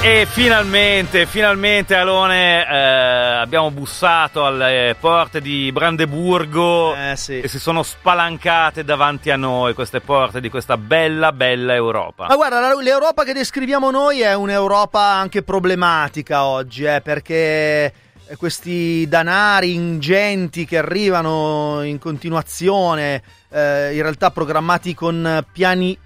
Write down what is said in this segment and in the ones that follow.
E finalmente Alone, abbiamo bussato alle porte di Brandeburgo sì. e si sono spalancate davanti a noi queste porte di questa bella Europa. Ma guarda, l'Europa che descriviamo noi è un'Europa anche problematica oggi, perché questi danari ingenti che arrivano in continuazione, in realtà programmati con piani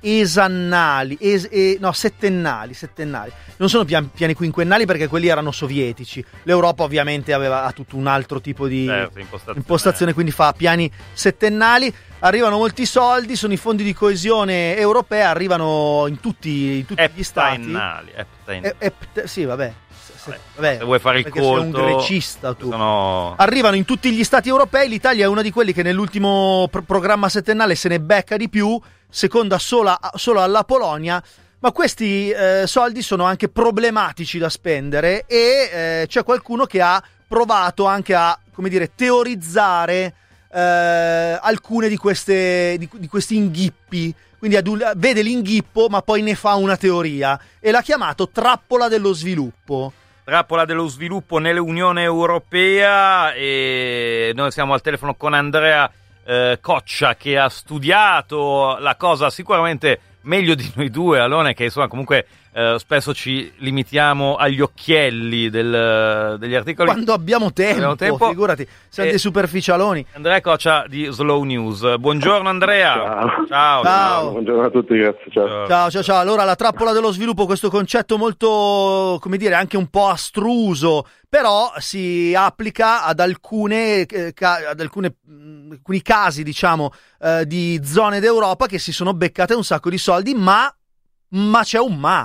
settennali. Non sono piani quinquennali, perché quelli erano sovietici. L'Europa ovviamente ha tutto un altro tipo di impostazione, quindi fa piani settennali. Arrivano molti soldi, sono i fondi di coesione europea, arrivano in tutti gli stati. Sì, vabbè. Se vuoi fare il colto, sei un grecista tu. Sono... Arrivano in tutti gli stati europei. L'Italia è una di quelli che nell'ultimo programma settennale se ne becca di più, seconda solo alla Polonia. Ma questi soldi sono anche problematici da spendere, e c'è qualcuno che ha provato anche a, come dire, teorizzare alcune di questi inghippi. Quindi vede l'inghippo ma poi ne fa una teoria, e l'ha chiamato trappola dello sviluppo. Trappola dello sviluppo nell'Unione Europea. E noi siamo al telefono con Andrea Coccia, che ha studiato la cosa sicuramente meglio di noi due, Alone, che insomma comunque spesso ci limitiamo agli occhielli degli articoli. Quando abbiamo tempo. Figurati, siamo dei superficialoni. Andrea Coccia di Slow News. Buongiorno Andrea. Ciao. Buongiorno a tutti, grazie. Ciao. Allora, la trappola dello sviluppo, questo concetto molto, come dire, anche un po' astruso, però si applica ad alcuni casi, diciamo, di zone d'Europa che si sono beccate un sacco di soldi, ma c'è un ma.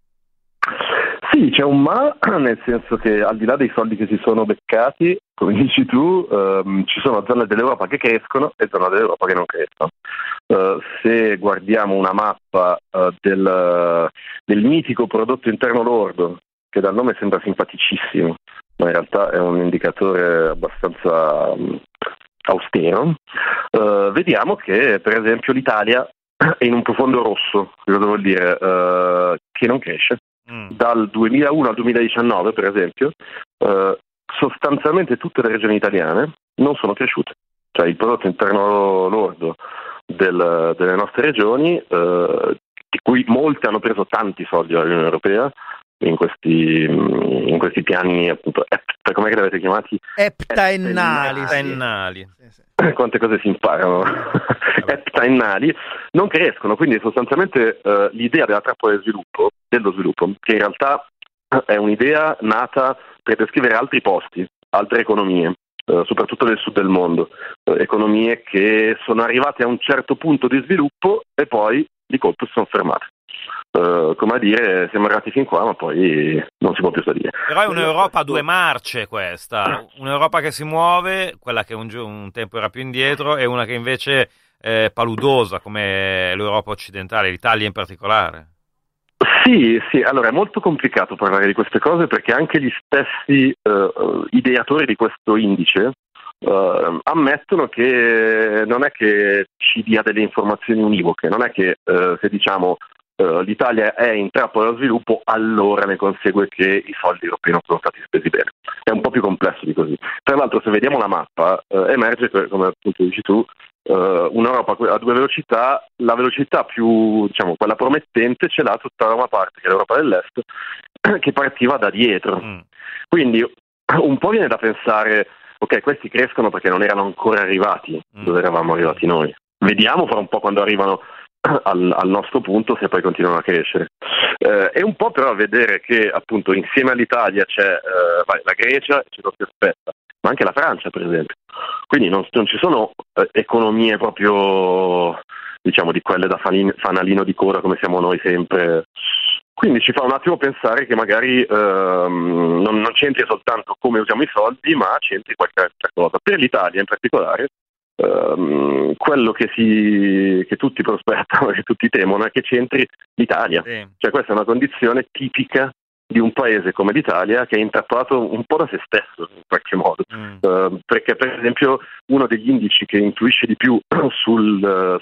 Sì, c'è un ma, nel senso che al di là dei soldi che si sono beccati, come dici tu, ci sono zone dell'Europa che crescono e zone dell'Europa che non crescono. Se guardiamo una mappa del mitico prodotto interno lordo, che dal nome sembra simpaticissimo, ma in realtà è un indicatore abbastanza austero, vediamo che per esempio l'Italia è in un profondo rosso. Cosa vuol dire? Che non cresce. Dal 2001 al 2019, per esempio, sostanzialmente tutte le regioni italiane non sono cresciute. Cioè il prodotto interno lordo delle nostre regioni, di cui molte hanno preso tanti soldi dall'Unione Europea in questi piani, appunto, come li avete chiamati? Eptaennali. Sì. Quante cose si imparano. Eptaennali non crescono, quindi sostanzialmente l'idea della trappola dello sviluppo, che in realtà è un'idea nata per descrivere altri posti, altre economie, soprattutto del sud del mondo, economie che sono arrivate a un certo punto di sviluppo e poi di colpo si sono fermate. Come a dire, siamo arrivati fin qua, ma poi non si può più salire. Però è un'Europa a due marce questa, un'Europa che si muove, quella che un tempo era più indietro, e una che invece è paludosa, come l'Europa occidentale, l'Italia in particolare. Sì, allora è molto complicato parlare di queste cose, perché anche gli stessi ideatori di questo indice ammettono che non è che ci dia delle informazioni univoche, non è che se diciamo l'Italia è in trappola dello sviluppo, allora ne consegue che i soldi europei non sono stati spesi bene. È un po' più complesso di così. Tra l'altro, se vediamo la mappa, emerge, come appunto dici tu, un'Europa a due velocità. La velocità più, diciamo, quella promettente, ce l'ha tutta una parte, che è l'Europa dell'Est, che partiva da dietro. Quindi un po' viene da pensare, ok, questi crescono perché non erano ancora arrivati dove eravamo arrivati noi. Vediamo fra un po', quando arrivano al nostro punto, se poi continuano a crescere. E un po' però vedere che appunto insieme all'Italia c'è la Grecia, c'è lo che aspetta, ma anche la Francia, per esempio. Quindi non ci sono economie proprio, diciamo, di quelle da fanalino di coda come siamo noi sempre. Quindi ci fa un attimo pensare che magari non c'entri soltanto come usiamo i soldi, ma c'entri qualche altra cosa. Per l'Italia in particolare, quello che tutti prospettano, che tutti temono, è che c'entri l'Italia. Sì. Cioè questa è una condizione tipica di un paese come l'Italia, che è intrappato un po' da se stesso in qualche modo, perché per esempio uno degli indici che influisce di più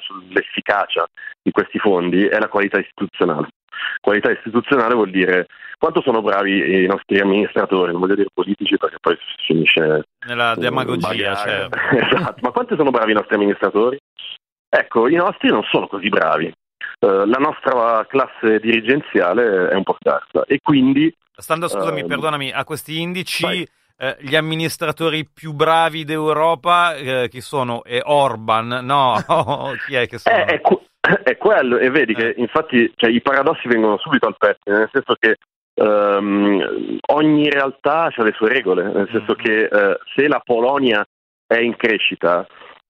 sull'efficacia di questi fondi è la qualità istituzionale. Qualità istituzionale vuol dire quanto sono bravi i nostri amministratori, non voglio dire politici perché poi si finisce nella demagogia, certo. Esatto, ma quanto sono bravi i nostri amministratori? Ecco, i nostri non sono così bravi. La nostra classe dirigenziale è un po' scarsa e quindi... Stando, scusami, perdonami, a questi indici... gli amministratori più bravi d'Europa chi sono? È Orban? No, chi è che sono? È quello, e vedi che infatti i paradossi vengono subito al pettine, nel senso che ogni realtà ha le sue regole, nel senso che se la Polonia è in crescita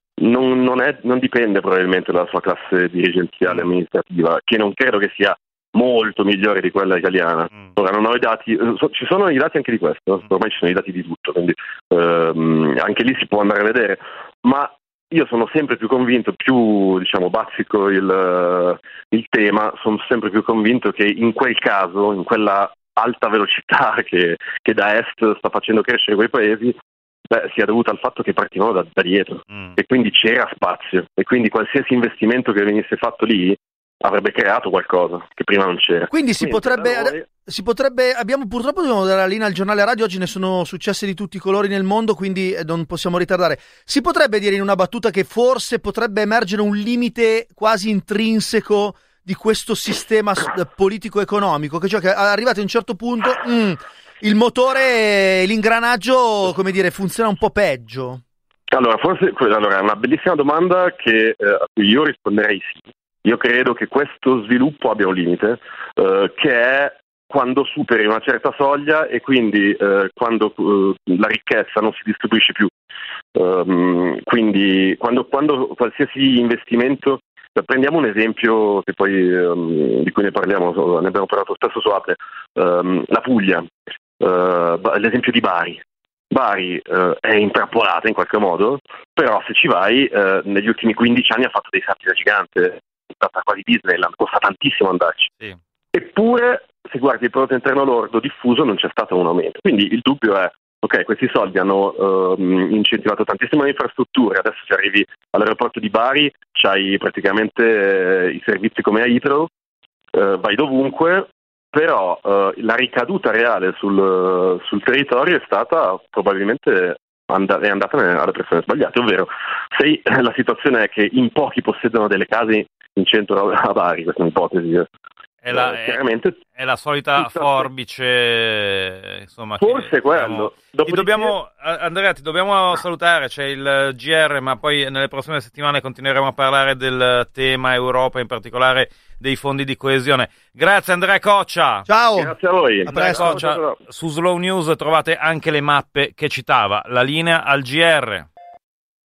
non dipende probabilmente dalla sua classe dirigenziale amministrativa, che non credo che sia molto migliore di quella italiana. Ora non ho i dati, ci sono i dati anche di questo, ormai ci sono i dati di tutto, quindi anche lì si può andare a vedere, ma io sono sempre più convinto, più bazzico il tema, sono sempre più convinto che in quel caso, in quella alta velocità che da est sta facendo crescere quei paesi, sia dovuta al fatto che partivano da dietro e quindi c'era spazio e quindi qualsiasi investimento che venisse fatto lì avrebbe creato qualcosa che prima non c'era. Quindi si potrebbe, purtroppo dobbiamo dare la linea al giornale radio, oggi ne sono successe di tutti i colori nel mondo, quindi non possiamo ritardare. Si potrebbe dire in una battuta che forse potrebbe emergere un limite quasi intrinseco di questo sistema politico-economico, che cioè che arrivati a un certo punto il motore, l'ingranaggio, come dire, funziona un po' peggio. Allora, è una bellissima domanda a cui io risponderei sì. Io credo che questo sviluppo abbia un limite, che è quando superi una certa soglia e quindi quando la ricchezza non si distribuisce più. Quindi quando qualsiasi investimento, prendiamo un esempio che poi di cui ne abbiamo parlato spesso su Apple, la Puglia, l'esempio di Bari. Bari è intrappolata in qualche modo, però se ci vai negli ultimi 15 anni ha fatto dei salti da gigante. È stata quasi Disneyland, costa tantissimo andarci. Sì. Eppure, se guardi il prodotto interno lordo diffuso, non c'è stato un aumento. Quindi il dubbio è, ok, questi soldi hanno incentivato tantissimo le infrastrutture, adesso se arrivi all'aeroporto di Bari, c'hai praticamente i servizi come a Heathrow, vai dovunque, però la ricaduta reale sul territorio è stata probabilmente è andata alle persone sbagliate, ovvero se la situazione è che in pochi possedono delle case in centro a Bari, questa è un'ipotesi. Chiaramente è la solita forbice, insomma. Forse quello. Andrea, ti dobbiamo salutare, c'è il GR, ma poi nelle prossime settimane continueremo a parlare del tema Europa, in particolare dei fondi di coesione. Grazie Andrea Coccia. Ciao. Grazie a voi. Andrea Coccia, su Slow News trovate anche le mappe che citava. La linea al GR.